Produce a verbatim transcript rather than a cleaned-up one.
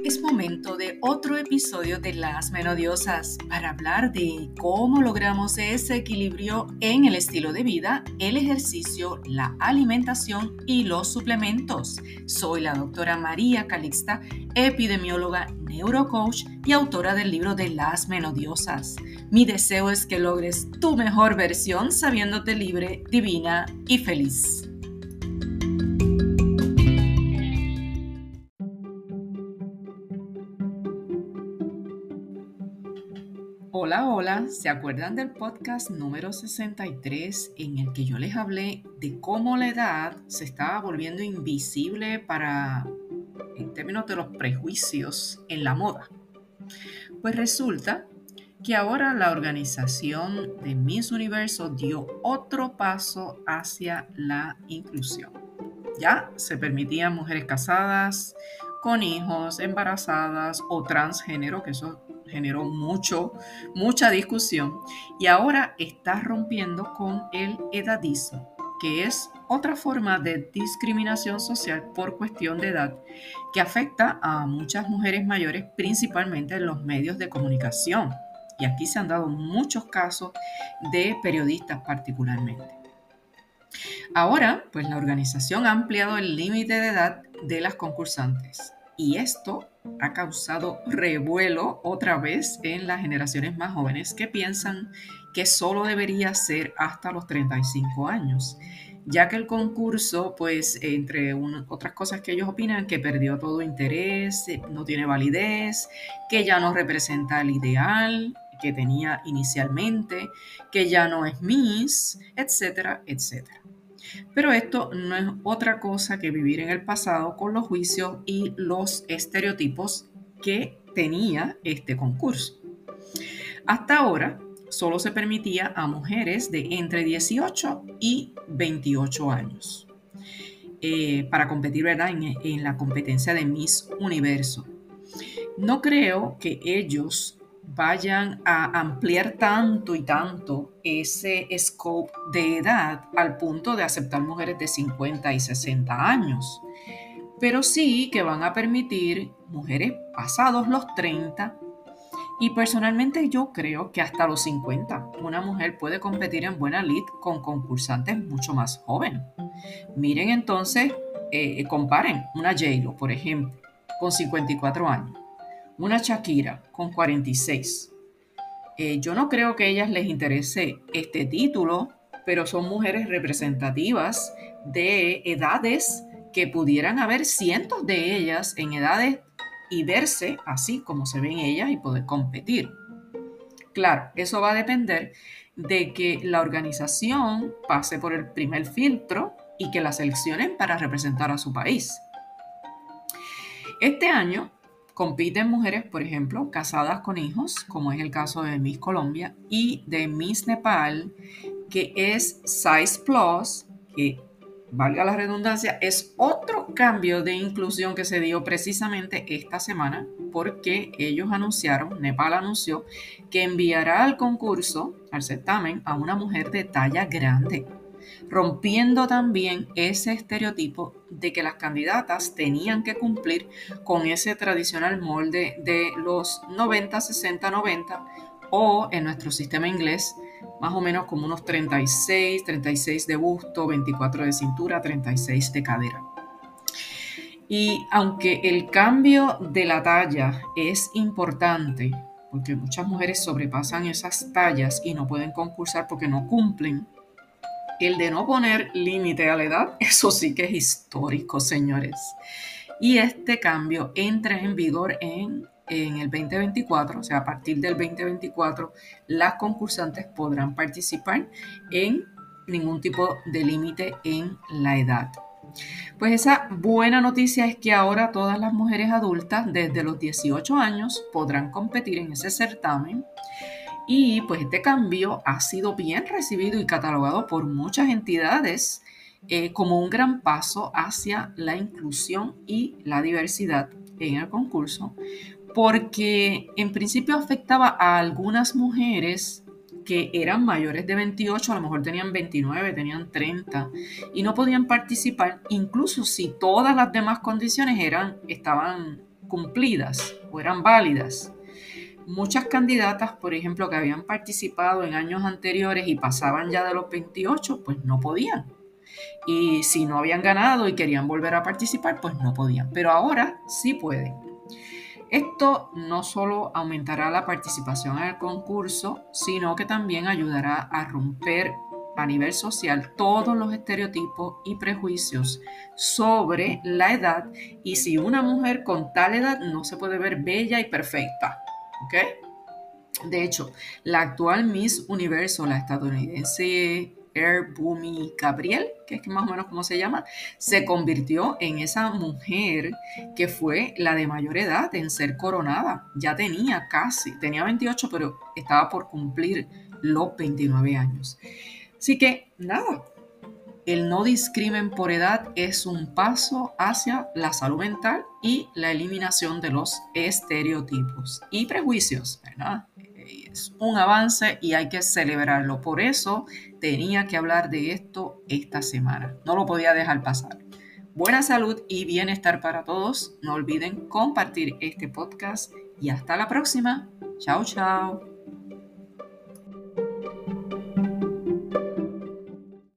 Es momento de otro episodio de Las Menodiosas para hablar de cómo logramos ese equilibrio en el estilo de vida, el ejercicio, la alimentación y los suplementos. Soy la doctora María Calixta, epidemióloga, neurocoach y autora del libro de Las Menodiosas. Mi deseo es que logres tu mejor versión sabiéndote libre, divina y feliz. Hola, hola, ¿se acuerdan del podcast número sesenta y tres en el que yo les hablé de cómo la edad se estaba volviendo invisible para, en términos de los prejuicios en la moda? Pues resulta que ahora la organización de Miss Universo dio otro paso hacia la inclusión. Ya se permitían mujeres casadas, con hijos, embarazadas o transgénero, que eso generó mucho, mucha discusión, y ahora está rompiendo con el edadismo, que es otra forma de discriminación social por cuestión de edad que afecta a muchas mujeres mayores, principalmente en los medios de comunicación. Y aquí se han dado muchos casos de periodistas particularmente. Ahora, pues la organización ha ampliado el límite de edad de las concursantes y esto ha causado revuelo otra vez en las generaciones más jóvenes que piensan que solo debería ser hasta los treinta y cinco años, ya que el concurso, pues entre una, otras cosas que ellos opinan, que perdió todo interés, no tiene validez, que ya no representa el ideal que tenía inicialmente, que ya no es Miss, etcétera, etcétera. Pero esto no es otra cosa que vivir en el pasado con los juicios y los estereotipos que tenía este concurso. Hasta ahora solo se permitía a mujeres de entre dieciocho y veintiocho años eh, para competir, ¿verdad?, en, en la competencia de Miss Universo. No creo que ellos vayan a ampliar tanto y tanto ese scope de edad al punto de aceptar mujeres de cincuenta y sesenta años, pero sí que van a permitir mujeres pasados los treinta y personalmente yo creo que hasta los cincuenta una mujer puede competir en buena lid con concursantes mucho más jóvenes. Miren entonces, eh, comparen una J-Lo, por ejemplo, con cincuenta y cuatro años. Una Shakira con cuarenta y seis. Eh, yo no creo que a ellas les interese este título, pero son mujeres representativas de edades que pudieran haber cientos de ellas en edades y verse así como se ven ellas y poder competir. Claro, eso va a depender de que la organización pase por el primer filtro y que la seleccionen para representar a su país. Este año compiten mujeres, por ejemplo, casadas con hijos, como es el caso de Miss Colombia, y de Miss Nepal, que es Size Plus, que, valga la redundancia, es otro cambio de inclusión que se dio precisamente esta semana, porque ellos anunciaron, Nepal anunció, que enviará al concurso, al certamen, a una mujer de talla grande, rompiendo también ese estereotipo de que las candidatas tenían que cumplir con ese tradicional molde de los noventa, sesenta, noventa o en nuestro sistema inglés más o menos como unos treinta y seis, treinta y seis de busto, veinticuatro de cintura, treinta y seis de cadera. Y aunque el cambio de la talla es importante, porque muchas mujeres sobrepasan esas tallas y no pueden concursar porque no cumplen, el de no poner límite a la edad, eso sí que es histórico, señores. Y este cambio entra en vigor en, en el veinte veinticuatro, o sea, a partir del veinte veinticuatro, las concursantes podrán participar en ningún tipo de límite en la edad. Pues esa buena noticia es que ahora todas las mujeres adultas desde los dieciocho años podrán competir en ese certamen. Y pues este cambio ha sido bien recibido y catalogado por muchas entidades eh, como un gran paso hacia la inclusión y la diversidad en el concurso, porque en principio afectaba a algunas mujeres que eran mayores de veintiocho, a lo mejor tenían veintinueve, tenían treinta y no podían participar, incluso si todas las demás condiciones eran, estaban cumplidas o eran válidas. Muchas candidatas, por ejemplo, que habían participado en años anteriores y pasaban ya de los veintiocho, pues no podían. Y si no habían ganado y querían volver a participar, pues no podían. Pero ahora sí pueden. Esto no solo aumentará la participación en el concurso, sino que también ayudará a romper a nivel social todos los estereotipos y prejuicios sobre la edad y si una mujer con tal edad no se puede ver bella y perfecta. ¿Ok? De hecho, la actual Miss Universo, la estadounidense Air Bumi Gabriel, que es más o menos como se llama, se convirtió en esa mujer que fue la de mayor edad en ser coronada. Ya tenía casi, tenía veintiocho, pero estaba por cumplir los veintinueve años. Así que nada, el no discrimen por edad es un paso hacia la salud mental y la eliminación de los estereotipos y prejuicios, ¿verdad? Es un avance y hay que celebrarlo. Por eso tenía que hablar de esto esta semana. No lo podía dejar pasar. Buena salud y bienestar para todos. No olviden compartir este podcast y hasta la próxima. Chao, chao.